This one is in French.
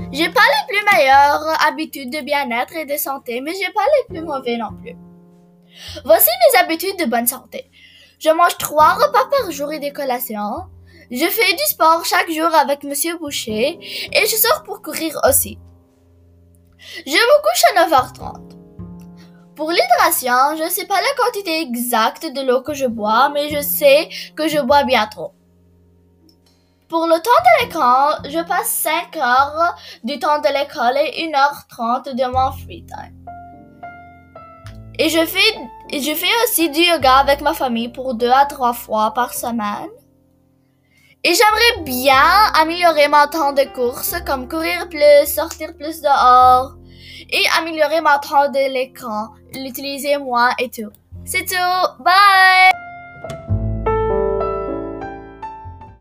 J'ai pas les plus meilleures habitudes de bien-être et de santé, mais j'ai pas les plus mauvais non plus. Voici mes habitudes de bonne santé. Je mange 3 repas par jour et des collations. Je fais du sport chaque jour avec Monsieur Boucher et je sors pour courir aussi. Je me couche à 9h30. Pour l'hydration, je ne sais pas la quantité exacte de l'eau que je bois, mais je sais que je bois bien trop. Pour le temps de l'écran, je passe 5 heures du temps de l'école et 1h30 de mon free time. Et je fais aussi du yoga avec ma famille pour 2 à 3 fois par semaine. Et j'aimerais bien améliorer mon temps de course, comme courir plus, sortir plus dehors, et améliorer mon temps de l'écran, l'utiliser moins et tout. C'est tout. Bye!